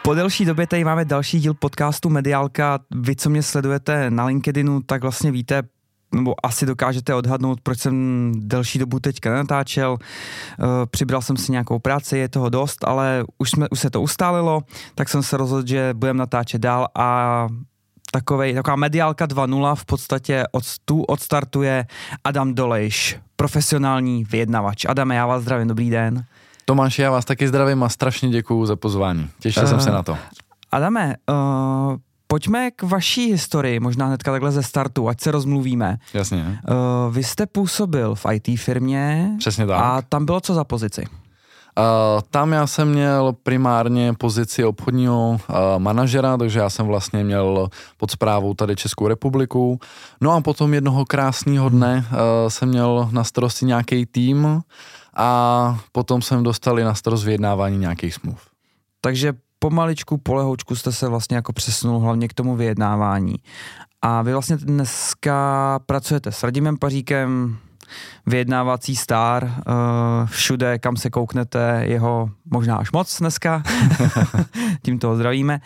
Po delší době tady máme další díl podcastu Mediálka. Vy, co mě sledujete na LinkedInu, tak vlastně víte, nebo asi dokážete odhadnout, proč jsem delší dobu teďka nenatáčel. Přibral jsem si nějakou práci, je toho dost, ale už se to ustálilo, tak jsem se rozhodl, že budeme natáčet dál a taková Mediálka 2.0 v podstatě odstartuje Adam Dolejš, profesionální vyjednavač. Adame, já vás zdravím, dobrý den. Tomáši, já vás taky zdravím a strašně děkuju za pozvání. Těšil jsem se na to. Adame, pojďme k vaší historii, možná hnedka takhle ze startu, ať se rozmluvíme. Jasně. Vy jste působil v IT firmě. Přesně tak. A tam bylo co za pozici? Tam já jsem měl primárně pozici obchodního manažera, takže já jsem vlastně měl pod správou tady Českou republiku. No a potom jednoho krásného dne jsem měl na starosti nějaký tým a potom jsem dostali na starost vyjednávání nějakých smluv. Takže pomaličku, polehoučku jste se vlastně jako přesunul hlavně k tomu vyjednávání. A vy vlastně dneska pracujete s Radimem Paříkem, vyjednávací star, všude, kam se kouknete, jeho možná až moc dneska, tím toho zdravíme.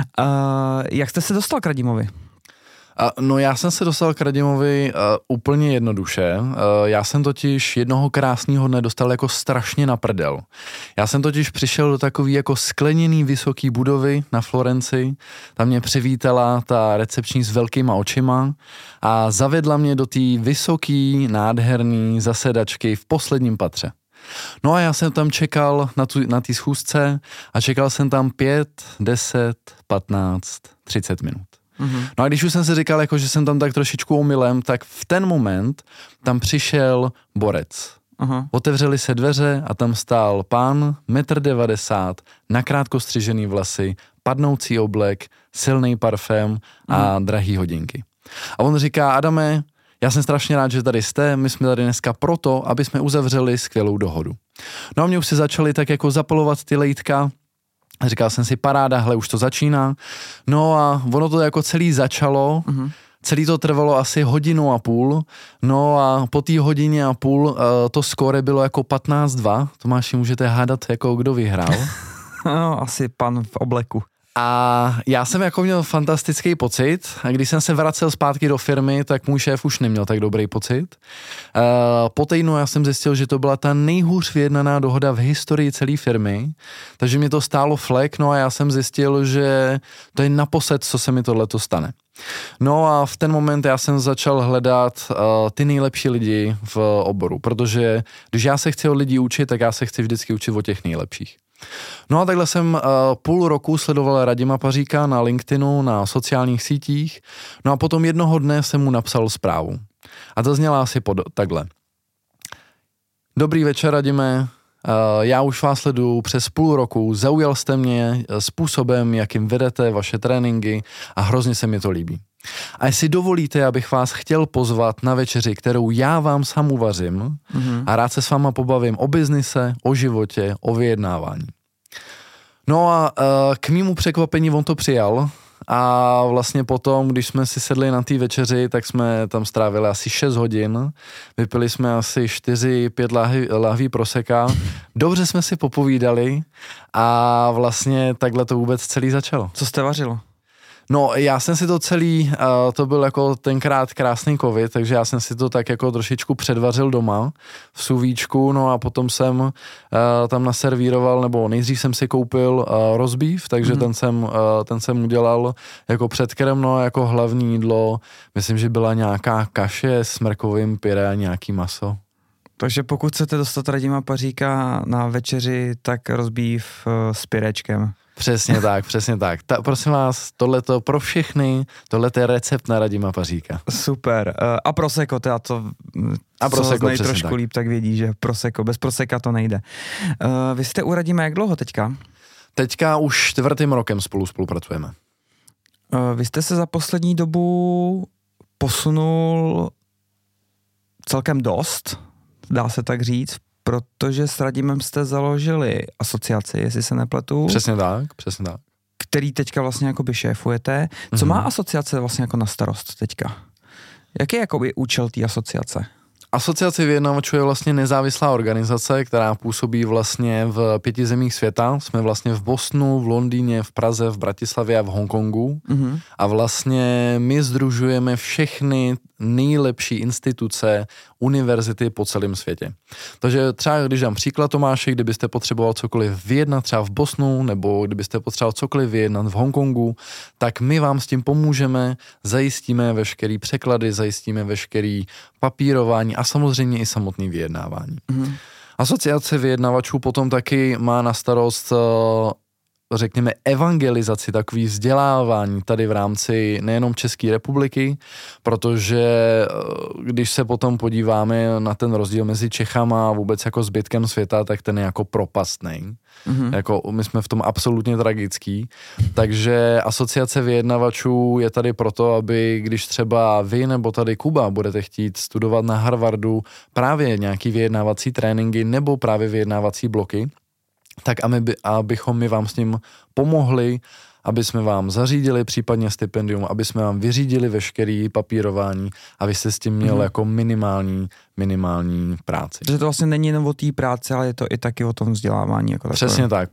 Jak jste se dostal k Radimovi? No já jsem se dostal k Radimovi úplně jednoduše. Já jsem totiž jednoho krásného dne dostal jako strašně na prdel. Já jsem totiž přišel do takový jako skleněný vysoký budovy na Florenci. Tam mě přivítala ta recepční s velkýma očima a zavedla mě do té vysoký, nádherný zasedačky v posledním patře. No a já jsem tam čekal na té schůzce a čekal jsem tam 5, 10, 15, 30 minut. No a když už jsem si říkal, jako, že jsem tam tak trošičku omylem, tak v ten moment tam přišel borec. Otevřely se dveře a tam stál pán, 1,90 m, nakrátko střižený vlasy, padnoucí oblek, silný parfém a drahý hodinky. A on říká: Adame, já jsem strašně rád, že tady jste, my jsme tady dneska proto, aby jsme uzavřeli skvělou dohodu. No a mě už se začaly tak jako zapalovat ty lejtka. Říkal jsem si, paráda, hle, už to začíná. No a ono to jako celý začalo, celý to trvalo asi 1,5 hodiny, no a po té 1,5 hodiny to skóre bylo jako 15-2. Tomáši, můžete hádat, jako kdo vyhrál? No, asi pan v obleku. A já jsem jako měl fantastický pocit a když jsem se vracel zpátky do firmy, tak můj šéf už neměl tak dobrý pocit. Po týdnu já jsem zjistil, že to byla ta nejhůř vyjednaná dohoda v historii celé firmy, takže mě to stálo flek, no a já jsem zjistil, že to je naposled, co se mi tohleto stane. No a v ten moment já jsem začal hledat ty nejlepší lidi v oboru, protože když já se chci od lidí učit, tak já se chci vždycky učit od těch nejlepších. No a takhle jsem půl roku sledoval Radima Paříka na LinkedInu, na sociálních sítích, no a potom jednoho dne jsem mu napsal zprávu. A to zněla asi takhle. Dobrý večer, Radime, já už vás sleduju přes půl roku, zaujal jste mě způsobem, jakým vedete vaše tréninky a hrozně se mi to líbí. A jestli dovolíte, abych vás chtěl pozvat na večeři, kterou já vám sám uvařím a rád se s váma pobavím o biznise, o životě, o vyjednávání. No a k mému překvapení on to přijal a vlastně potom, když jsme si sedli na té večeři, tak jsme tam strávili asi 6 hodin, vypili jsme asi 4-5 lahví proseka, dobře jsme si popovídali a vlastně takhle to vůbec celý začalo. Co jste vařilo? No, já jsem si to celý, to byl jako tenkrát krásný covid, takže já jsem si to tak jako trošičku předvařil doma v sůvíčku, no a potom jsem tam naservíroval, nebo nejdřív jsem si koupil roast beef, takže ten jsem udělal jako předkrm, no a jako hlavní jídlo, myslím, že byla nějaká kaše s mrkovým pyré a nějaký maso. Takže pokud chcete dostat Radima Paříka na večeři, tak roast beef s pyrečkem. Přesně tak, přesně tak. Prosím vás, tohleto pro všechny, tohleto je recept na Radima Paříka. Super. A prosecco, teda to, a prosecco, co znají trošku líp, tak vědí, že prosecco, bez prosecca to nejde. Vy jste u Radima jak dlouho teďka? Teďka už 4. rokem spolupracujeme. Vy jste se za poslední dobu posunul celkem dost, dá se tak říct, protože s Radimem jste založili asociaci, jestli se nepletu. Přesně tak, přesně tak. Který teďka vlastně jakoby šéfujete. Co má asociace vlastně jako na starost teďka? Jaký je jakoby účel té asociace? Asociace vyjednavačů je vlastně nezávislá organizace, která působí vlastně v 5 zemích světa. Jsme vlastně v Bostonu, v Londýně, v Praze, v Bratislavě a v Hongkongu. A vlastně my sdružujeme všechny nejlepší instituce, univerzity po celém světě. Takže třeba, když dám příklad, Tomáši, kdybyste potřeboval cokoliv vyjednat třeba v Bostonu, nebo kdybyste potřeboval cokoliv vyjednat v Hongkongu, tak my vám s tím pomůžeme, zajistíme veškerý překlady, zajistíme veškerý papírování a samozřejmě i samotný vyjednávání. Asociace vyjednavačů potom taky má na starost řekněme evangelizaci, takový vzdělávání tady v rámci nejenom České republiky, protože když se potom podíváme na ten rozdíl mezi Čechama a vůbec jako zbytkem světa, tak ten je jako propastný. Jako my jsme v tom absolutně tragický. Takže asociace vyjednavačů je tady proto, aby když třeba vy nebo tady Kuba budete chtít studovat na Harvardu právě nějaký vyjednávací tréninky nebo právě vyjednávací bloky, tak abychom my vám s ním pomohli, aby jsme vám zařídili případně stipendium, aby jsme vám vyřídili veškerý papírování a vy jste s tím měl jako minimální práci. Takže to vlastně není jenom o té práci, ale je to i taky o tom vzdělávání. Jako přesně tak.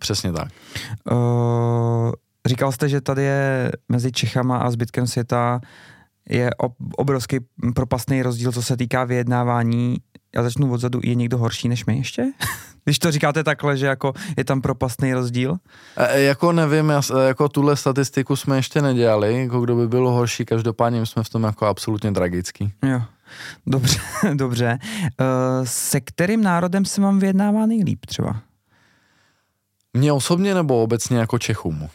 Říkal jste, že tady je mezi Čechama a zbytkem světa je obrovský propastný rozdíl, co se týká vyjednávání. Já začnu odzadu, je někdo horší než my ještě? Když to říkáte takhle, že jako je tam propastný rozdíl? Jako nevím, jako tuhle statistiku jsme ještě nedělali, jako kdo by bylo horší, každopádně my jsme v tom jako absolutně tragický. Jo, dobře. Se kterým národem se vám vyjednává nejlíp třeba? Mně osobně nebo obecně jako Čechům?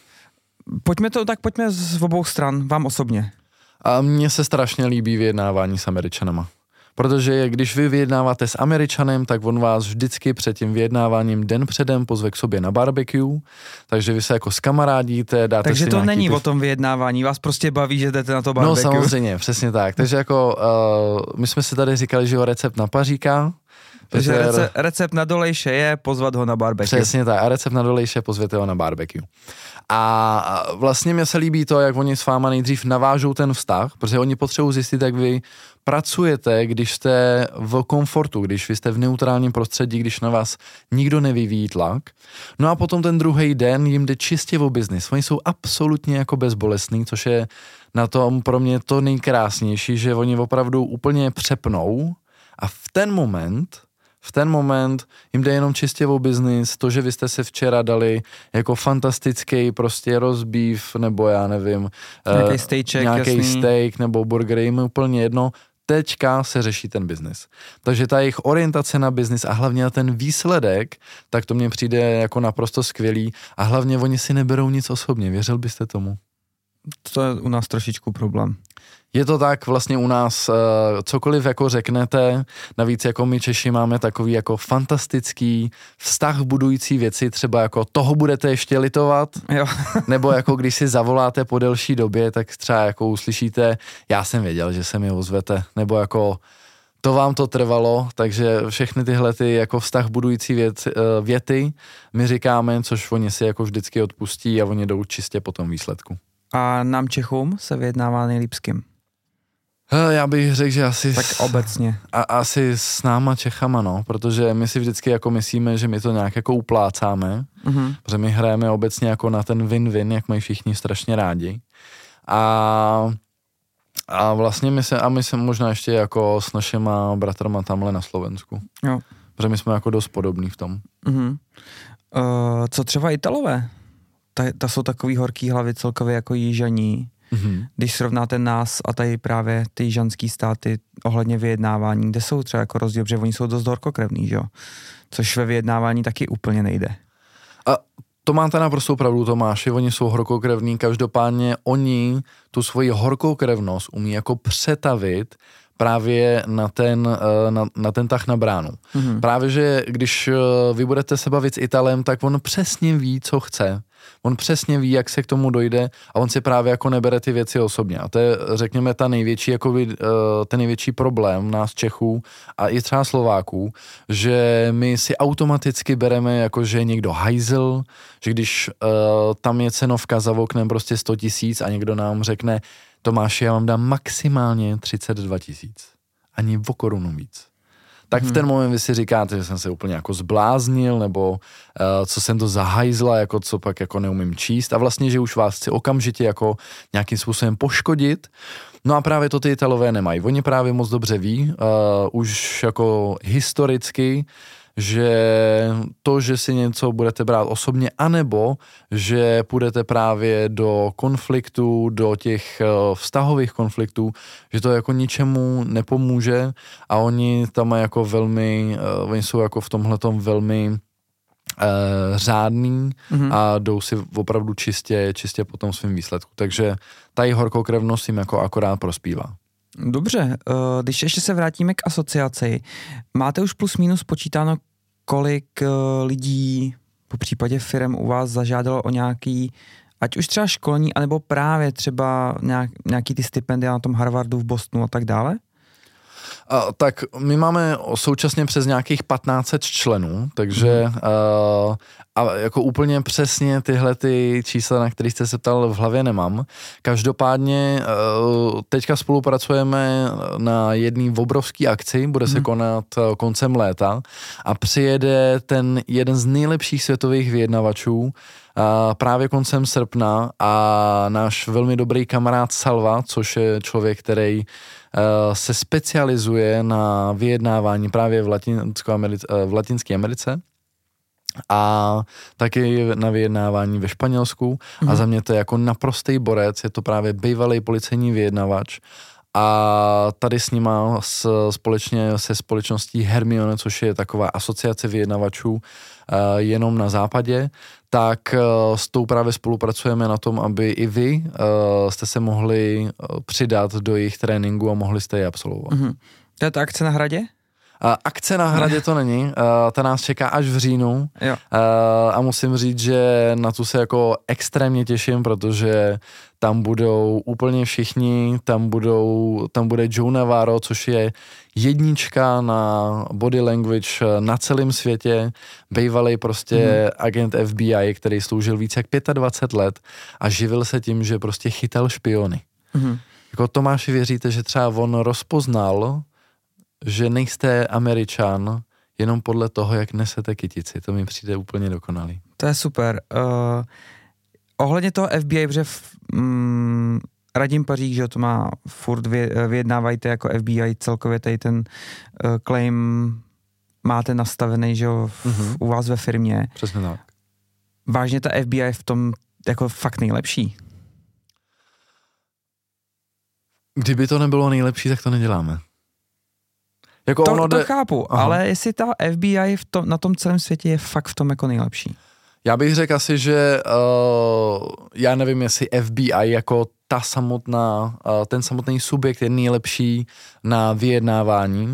Pojďme z obou stran, vám osobně. A mně se strašně líbí vyjednávání s Američanama. Protože když vy vyjednáváte s Američanem, tak on vás vždycky před tím vyjednáváním den předem pozve k sobě na barbecue, takže vy se jako skamarádíte, dáte takže si to není o tom vyjednávání, vás prostě baví, že jdete na to barbecue. No samozřejmě, přesně tak. Takže jako my jsme si tady říkali, že jo, recept na paříka. Takže recept na dolejše je pozvat ho na barbecue. Přesně tak, a recept na dolejše pozvěte ho na barbecue. A vlastně mě se líbí to, jak oni s váma nejdřív navážou ten vztah, protože oni potřebují zjistit, jak vy pracujete, když jste v komfortu, když vy jste v neutrálním prostředí, když na vás nikdo nevyvíjí tlak. No a potom ten druhý den jim jde čistě o biznis. Oni jsou absolutně jako bezbolestní, což je na tom pro mě to nejkrásnější, že oni opravdu úplně přepnou a v ten moment jim jde jenom čistě o biznis, to, že vy jste se včera dali jako fantastický prostě rozbív, nebo já nevím, nějaký steak nebo burger, jim úplně jedno, teďka se řeší ten biznis. Takže ta jejich orientace na biznis a hlavně na ten výsledek, tak to mně přijde jako naprosto skvělý a hlavně oni si neberou nic osobně, věřil byste tomu? To je u nás trošičku problém. Je to tak, vlastně u nás cokoliv jako řeknete, navíc jako my Češi máme takový jako fantastický vztah budující věci, třeba jako toho budete ještě litovat, jo. Nebo jako když si zavoláte po delší době, tak třeba jako uslyšíte, já jsem věděl, že se mi ozvete, nebo jako to vám to trvalo, takže všechny tyhle ty jako vztah budující věty my říkáme, což oni si jako vždycky odpustí a oni jdou čistě po tom výsledku. A nám Čechům se vyjednává nejlíp s kým? Já bych řekl, že asi... Tak obecně. Asi s náma Čechama, no, protože my si vždycky jako myslíme, že my to nějak jako uplácáme, protože my hrajeme obecně jako na ten win-win, jak mají všichni strašně rádi. A vlastně my se možná ještě jako s našima bratrama tamhle na Slovensku. Jo. Protože my jsme jako dost podobní v tom. Co třeba Italové? Ta jsou takový horký hlavy celkově jako Jižaní. Když srovnáte nás a tady právě ty jižanský státy ohledně vyjednávání, kde jsou třeba jako rozdíl, protože oni jsou dost horkokrevní, že jo? Což ve vyjednávání taky úplně nejde. A to máte naprosto pravdu, Tomáši, oni jsou horkokrevní, každopádně oni tu svoji horkokrevnost umí jako přetavit právě na ten tah na bránu. Právě, že když vy budete se bavit s Italem, tak on přesně ví, co chce. On přesně ví, jak se k tomu dojde a on si právě jako nebere ty věci osobně. A to je, řekněme, ten největší problém nás Čechů a i třeba Slováků, že my si automaticky bereme jako, že je někdo hajzl, že když tam je cenovka za oknem prostě 100 000 a někdo nám řekne, Tomáši, já vám dám maximálně 32 000. Ani o korunu víc. tak v ten moment vy si říkáte, že jsem se úplně jako zbláznil, nebo co jsem to zahajzla, jako co pak jako neumím číst a vlastně, že už vás chci okamžitě jako nějakým způsobem poškodit. No a právě to ty Italové nemají. Oni právě moc dobře ví, už jako historicky, že to, že si něco budete brát osobně, anebo že půjdete právě do konfliktů, do těch vztahových konfliktů, že to jako ničemu nepomůže a oni tam mají jako velmi, oni jsou jako v tomhletom velmi řádný a jdou si opravdu čistě po tom svým výsledku. Takže ta horkokrevnost jim jako akorát prospívá. Dobře, když ještě se vrátíme k asociaci, máte už plus minus počítáno, kolik lidí po případě firem u vás zažádalo o nějaký, ať už třeba školní, anebo právě třeba nějaký ty stipendia na tom Harvardu v Bostonu a tak dále? Tak my máme současně přes nějakých 1500 členů, takže a jako úplně přesně tyhle ty čísla, na které jste se ptal, v hlavě nemám. Každopádně teďka spolupracujeme na jedné obrovské akci, bude se konat koncem léta a přijede ten jeden z nejlepších světových vyjednavačů právě koncem srpna a náš velmi dobrý kamarád Salva, což je člověk, který se specializuje na vyjednávání právě v Latinské Americe a taky na vyjednávání ve Španělsku a za mě to je jako naprostý borec, je to právě bývalý policejní vyjednavač a tady s nima společně se společností Hermione, což je taková asociace vyjednavačů jenom na západě, tak s tou právě spolupracujeme na tom, aby i vy jste se mohli přidat do jejich tréninku a mohli jste je absolvovat. To je ta akce na Hradě? Akce na Hradě to není, ta nás čeká až v říjnu a musím říct, že na tu se jako extrémně těším, protože tam budou úplně všichni, tam bude Joe Navarro, což je jednička na body language na celém světě, bývalý prostě agent FBI, který sloužil více jak 25 let a živil se tím, že prostě chytal špiony. Jako Tomáši, věříte, že třeba on rozpoznal, že nejste Američan jenom podle toho, jak nesete kytici. To mi přijde úplně dokonalý. To je super. Ohledně toho FBI, protože Radim Pařík, že to má furt vyjednávajte jako FBI, celkově tady ten claim máte nastavený, že u vás ve firmě. Přesně tak. Vážně ta FBI je v tom jako fakt nejlepší. Kdyby to nebylo nejlepší, tak to neděláme. Jako to chápu, ale jestli ta FBI na tom celém světě je fakt v tom jako nejlepší. Já bych řekl asi, že já nevím, jestli FBI jako ten samotný subjekt je nejlepší na vyjednávání.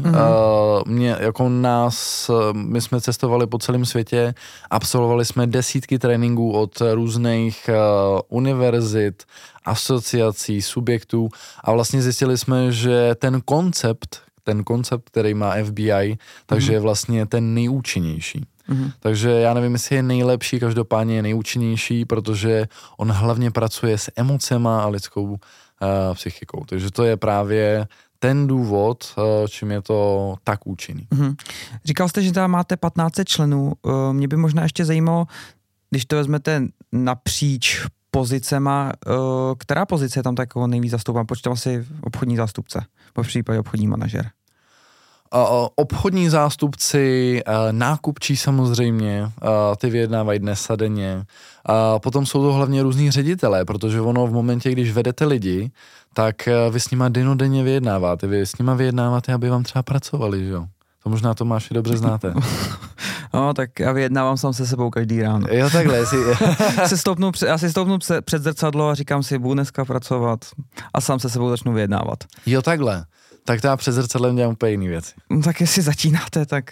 My jsme cestovali po celém světě, absolvovali jsme desítky tréninků od různých univerzit, asociací, subjektů a vlastně zjistili jsme, že ten koncept, který má FBI, takže je vlastně ten nejúčinnější. Takže já nevím, jestli je nejlepší, každopádně je nejúčinnější, protože on hlavně pracuje s emocema a lidskou psychikou. Takže to je právě ten důvod, čím je to tak účinný. Říkal jste, že tam máte 1500 členů. Mě by možná ještě zajímalo, když to vezmete napříč pozicema, která pozice je tam takovou nejvíc zastoupá? Počítám asi obchodní zástupce, po případě obchodní manažer. Obchodní zástupci, nákupčí samozřejmě, ty vyjednávají dnes a denně. Potom jsou to hlavně různí ředitelé, protože ono v momentě, když vedete lidi, tak vy s nima dennodenně vyjednáváte. Vy s nima vyjednáváte, aby vám třeba pracovali, že jo? To možná Tomáši dobře znáte. No, tak já vyjednávám sám se sebou každý ráno. Jo, takhle. Já si stoupnu před zrcadlo a říkám si, budu dneska pracovat a sám se sebou začnu vyjednávat. Jo, takhle. Tak to já před zrcadlem dělám úplně jiný věci. No, tak jestli začínáte, tak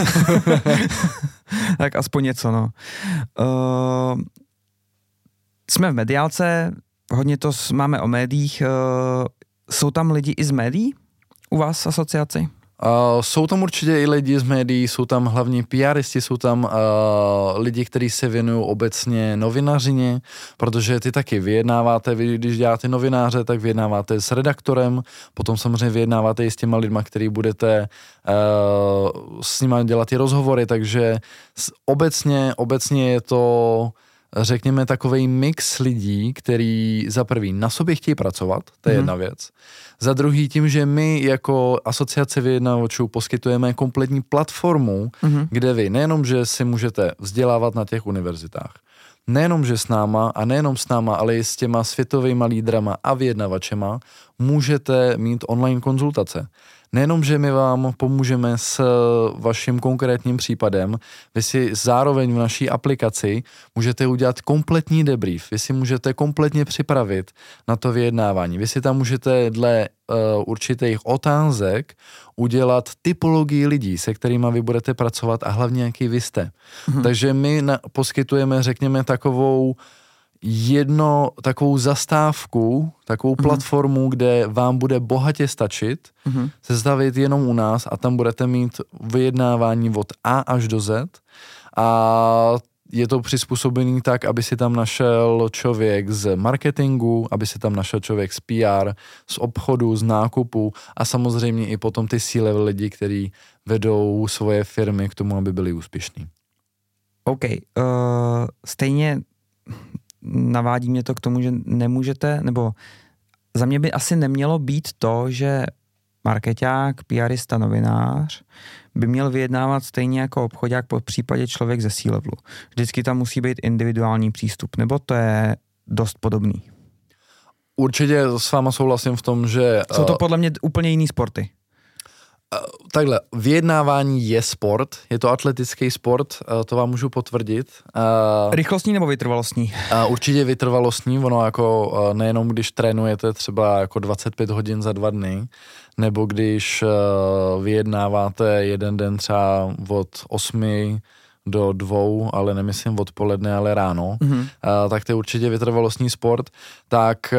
tak aspoň něco, no. Jsme v mediálce, hodně to máme o médiích. Jsou tam lidi i z médií u vás v asociaci? Jsou tam určitě i lidi z médií, jsou tam hlavní PRisti, jsou tam lidi, kteří se věnují obecně novinařině, protože ty taky vyjednáváte, vy když děláte novináře, tak vyjednáváte s redaktorem, potom samozřejmě vyjednáváte i s těma lidma, který budete s nima dělat ty rozhovory, takže obecně je to, řekněme, takovej mix lidí, který za prvý na sobě chtějí pracovat, to je jedna věc. Za druhý tím, že my jako asociace vyjednavačů poskytujeme kompletní platformu, kde vy nejenom, že si můžete vzdělávat na těch univerzitách, nejenom, že s náma a nejenom s náma, ale i s těma světovými lídrama a vyjednavačema můžete mít online konzultace. Nejenom, že my vám pomůžeme s vaším konkrétním případem, vy si zároveň v naší aplikaci můžete udělat kompletní debrief, vy si můžete kompletně připravit na to vyjednávání, vy si tam můžete dle určitých otázek udělat typologii lidí, se kterými vy budete pracovat a hlavně jaký vy jste. Takže my poskytujeme, řekněme, takovou zastávku, takovou platformu, kde vám bude bohatě stačit se stavit jenom u nás a tam budete mít vyjednávání od A až do Z a je to přizpůsobený tak, aby si tam našel člověk z marketingu, aby si tam našel člověk z PR, z obchodu, z nákupu a samozřejmě i potom ty C-level lidi, kteří vedou svoje firmy k tomu, aby byli úspěšní. OK. Stejně navádí mě to k tomu, že nemůžete, nebo za mě by asi nemělo být to, že markeťák, PRista, novinář by měl vyjednávat stejně jako obchodák po případě člověk ze C-levelu. Vždycky tam musí být individuální přístup, nebo to je dost podobný? Určitě s váma souhlasím v tom, že... Jsou to podle mě úplně jiný sporty. Takhle, vyjednávání je sport, je to atletický sport, to vám můžu potvrdit. Rychlostní nebo vytrvalostní? Určitě vytrvalostní, ono jako nejenom když trénujete třeba jako 25 hodin za 2 dny, nebo když vyjednáváte jeden den třeba od 8 do 2, ale nemyslím odpoledne, ale ráno, tak to je určitě vytrvalostní sport, tak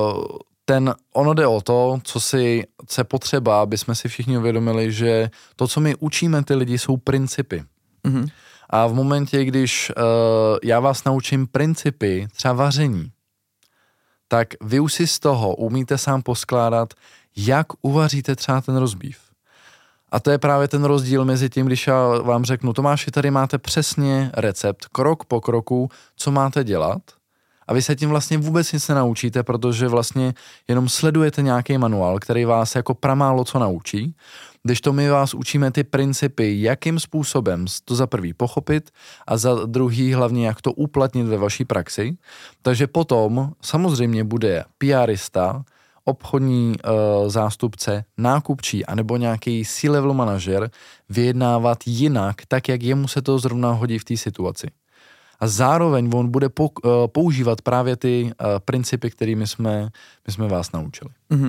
ono jde o to, co je potřeba, aby jsme si všichni uvědomili, že to, co my učíme ty lidi, jsou principy. A v momentě, když já vás naučím principy, třeba vaření, tak vy už si z toho umíte sám poskládat, jak uvaříte třeba ten rozbív. A to je právě ten rozdíl mezi tím, když já vám řeknu, Tomáši, tady máte přesně recept, krok po kroku, co máte dělat, a vy se tím vlastně vůbec nic nenaučíte, protože vlastně jenom sledujete nějaký manuál, který vás jako pramálo co naučí, když to my vás učíme ty principy, jakým způsobem to za prvý pochopit a za druhý hlavně jak to uplatnit ve vaší praxi. Takže potom samozřejmě bude PRista, obchodní zástupce, nákupčí anebo nějaký C-level manažer vyjednávat jinak, tak jak jemu se to zrovna hodí v té situaci. A zároveň on bude používat právě ty principy, kterými jsme vás naučili.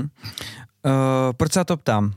Proč se to ptám?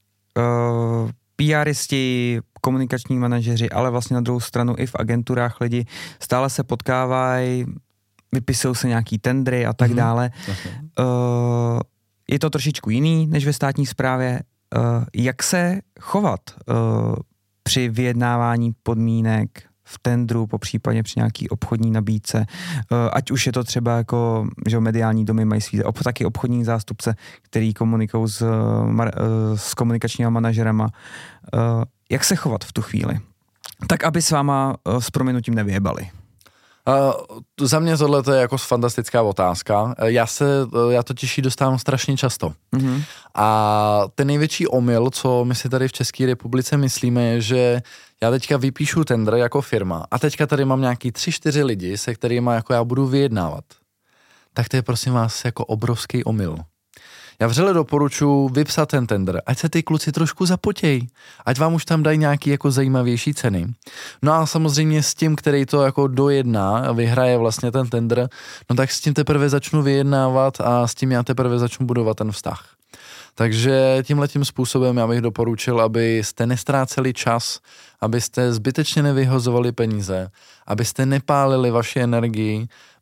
PRisti, komunikační manažeři, ale vlastně na druhou stranu i v agenturách lidi stále se potkávají, vypisují se nějaký tendry a tak dále. Je to trošičku jiný než ve státní správě. Jak se chovat při vyjednávání podmínek v tendru, popřípadě při nějaký obchodní nabídce, ať už je to třeba jako, že mediální domy mají svý, taky obchodní zástupce, který komunikují s komunikačníma manažerama. Jak se chovat v tu chvíli? Tak, aby s váma s prominutím nevyjebali. Za mě tohle je jako fantastická otázka. Já totiž ji dostávám strašně často. A ten největší omyl, co my si tady v České republice myslíme, je, že já teďka vypíšu tender jako firma a teďka tady mám nějaký 3-4 lidi, se kterými jako já budu vyjednávat. Tak to je prosím vás jako obrovský omyl. Já vřele doporučuji vypsat ten tender, ať se ty kluci trošku zapotějí, ať vám už tam dají nějaký jako zajímavější ceny. No a samozřejmě s tím, který to jako dojedná a vyhraje vlastně ten tender, no tak s tím teprve začnu vyjednávat a s tím já teprve začnu budovat ten vztah. Takže tímhletím způsobem já bych doporučil, abyste nestráceli čas, abyste zbytečně nevyhozovali peníze, abyste nepálili vaši energii.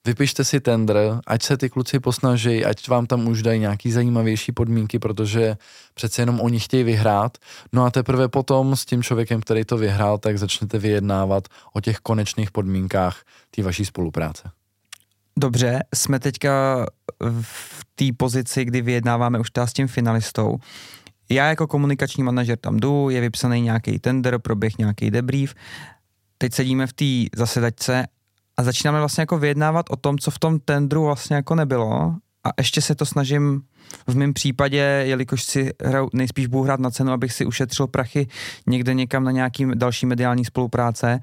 vypište si tender, ať se ty kluci posnaží, ať vám tam už dají nějaký zajímavější podmínky, protože přece jenom oni chtějí vyhrát. No a teprve potom s tím člověkem, který to vyhrál, tak začnete vyjednávat o těch konečných podmínkách té vaší spolupráce. Dobře, jsme teďka v té pozici, kdy vyjednáváme už s tím finalistou. Já jako komunikační manažer tam jdu, je vypsaný nějaký tender, proběh nějaký debrief. Teď sedíme v té zasedačce a začínáme vlastně jako vyjednávat o tom, co v tom tendru vlastně jako nebylo. A ještě se to snažím v mém případě, jelikož si nejspíš budu hrát na cenu, abych si ušetřil prachy někde někam na nějaký další mediální spolupráce.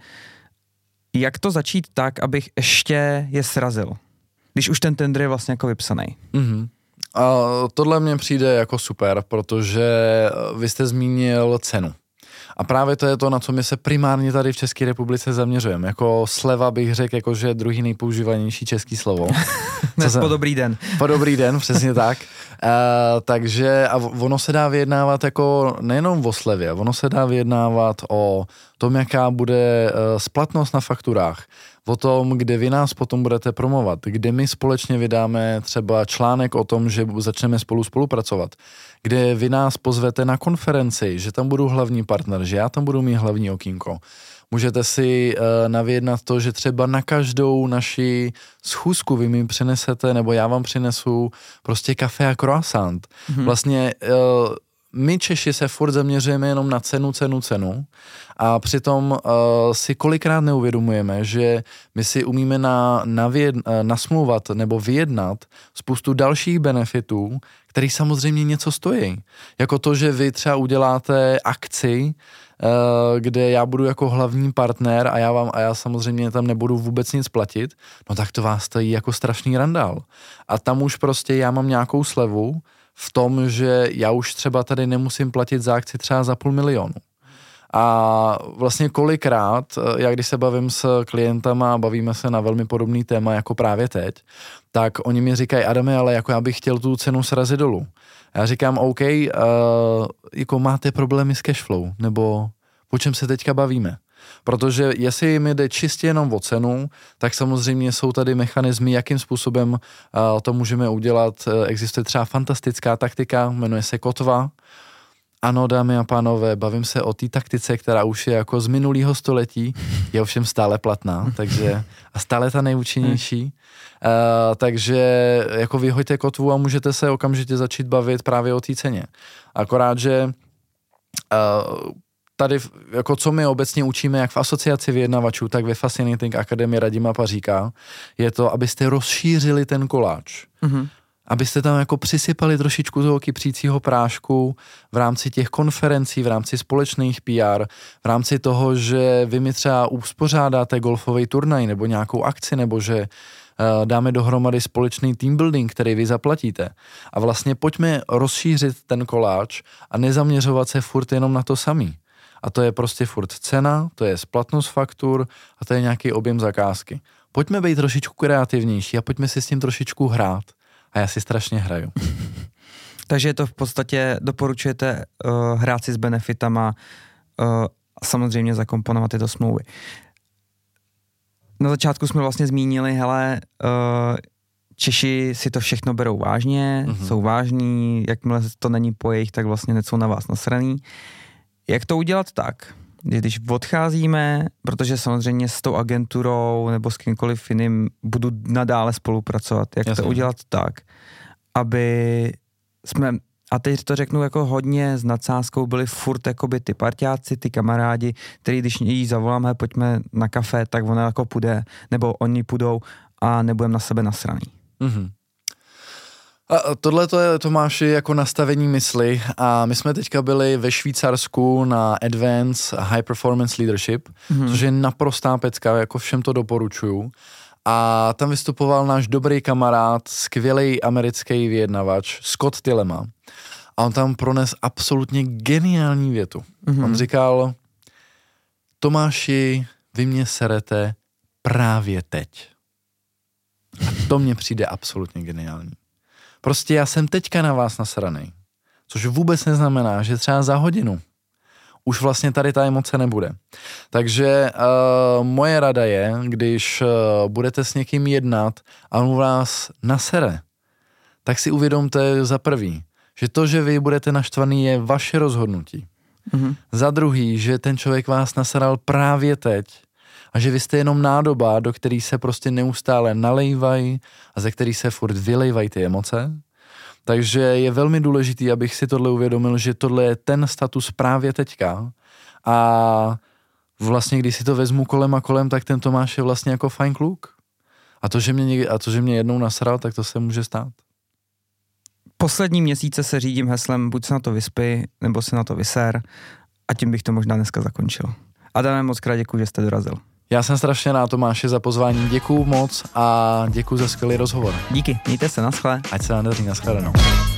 Jak to začít tak, abych ještě je srazil, když už ten tender je vlastně jako vypsaný? Mm-hmm. A tohle mně přijde jako super, protože vy jste zmínil cenu. A právě to je to, na co my se primárně tady v České republice zaměřujeme. Jako sleva bych řekl, jakože druhý nejpoužívanější český slovo. Po dobrý den. Po dobrý den, přesně tak. Takže a ono se dá vyjednávat jako nejenom o slevě, ono se dá vyjednávat o tom, jaká bude splatnost na fakturách, o tom, kde vy nás potom budete promovat, kde my společně vydáme třeba článek o tom, že začneme spolupracovat, kde vy nás pozvete na konferenci, že tam budu hlavní partner, že já tam budu mít hlavní okýnko. Můžete si navyjednat to, že třeba na každou naši schůzku vy mi přinesete, nebo já vám přinesu prostě kafe a croissant. Vlastně my Češi se furt zaměřujeme jenom na cenu a přitom si kolikrát neuvědomujeme, že my si umíme nasmluvat nebo vyjednat spoustu dalších benefitů, který samozřejmě něco stojí. Jako to, že vy třeba uděláte akci, kde já budu jako hlavní partner a já samozřejmě tam nebudu vůbec nic platit, no tak to vás stojí jako strašný randál. A tam už prostě já mám nějakou slevu v tom, že já už třeba tady nemusím platit za akci třeba za 500 000. A vlastně kolikrát, já když se bavím s klientama a bavíme se na velmi podobný téma jako právě teď, tak oni mi říkají, Adame, ale jako já bych chtěl tu cenu srazit dolů. Já říkám, OK, jako máte problémy s cashflow, nebo o čem se teďka bavíme? Protože jestli mi jde čistě jenom o cenu, tak samozřejmě jsou tady mechanismy, jakým způsobem to můžeme udělat. Existuje třeba fantastická taktika, jmenuje se kotva. Ano, dámy a pánové, bavím se o té taktice, která už je jako z minulého století, je ovšem stále platná, takže a stále ta nejúčinnější. Takže jako vyhoďte kotvu a můžete se okamžitě začít bavit právě o té ceně. Akorát, že tady, jako co my obecně učíme, jak v asociaci vyjednavačů, tak ve Fascinating Academy Radima Paříka, je to, abyste rozšířili ten koláč. Mm-hmm. Abyste tam jako přisypali trošičku toho kypřícího prášku v rámci těch konferencí, v rámci společných PR, v rámci toho, že vy mi třeba uspořádáte golfový turnaj nebo nějakou akci, nebo že dáme dohromady společný team building, který vy zaplatíte. A vlastně pojďme rozšířit ten koláč a nezaměřovat se furt jenom na to samý. A to je prostě furt cena, to je splatnost faktur a to je nějaký objem zakázky. Pojďme být trošičku kreativnější a pojďme si s tím trošičku hrát. A já si strašně hraju. Takže to v podstatě doporučujete hrát si s benefitama a samozřejmě zakomponovat tyto smlouvy. Na začátku jsme vlastně zmínili, hele, Češi si to všechno berou vážně, jsou vážní, jakmile to není po jejich, tak vlastně hned jsou na vás nasraný. Jak to udělat tak, když odcházíme, protože samozřejmě s tou agenturou nebo s kýmkoliv jiným budu nadále spolupracovat, jak to udělat tak, aby jsme, a teď to řeknu jako hodně s nadsázkou, byli furt jakoby ty parťáci, ty kamarádi, který když jí zavoláme, pojďme na kafe, tak ona jako půjde, nebo oni půjdou a nebudeme na sebe nasraný. Mm-hmm. A tohle to je, Tomáši, jako nastavení mysli a my jsme teďka byli ve Švýcarsku na Advanced High Performance Leadership, což je naprostá pecka, jako všem to doporučuju. A tam vystupoval náš dobrý kamarád, skvělý americký vyjednavač Scott Tillema. A on tam prones absolutně geniální větu. On říkal, Tomáši, vy mě serete právě teď. A to mně přijde absolutně geniální. Prostě já jsem teďka na vás nasranej, což vůbec neznamená, že třeba za hodinu už vlastně tady ta emoce nebude. Takže moje rada je, když budete s někým jednat a on vás nasere, tak si uvědomte za prvý, že to, že vy budete naštvaný, je vaše rozhodnutí. Mm-hmm. Za druhý, že ten člověk vás naseral právě teď a že vy jste jenom nádoba, do který se prostě neustále nalejvají a ze který se furt vylejvají ty emoce. Takže je velmi důležitý, abych si tohle uvědomil, že tohle je ten status právě teďka a vlastně, když si to vezmu kolem a kolem, tak ten Tomáš je vlastně jako fajn kluk. A to, že mě jednou nasral, tak to se může stát. Poslední měsíce se řídím heslem buď se na to vyspí, nebo se na to vyser a tím bych to možná dneska zakončil. Adame, moc krát děkuji, že jste dorazil. Já jsem strašně rád, Tomáši, za pozvání. Děkuju moc a děkuju za skvělý rozhovor. Díky, mějte se, naschle. Ať se nám daří, nashledanou.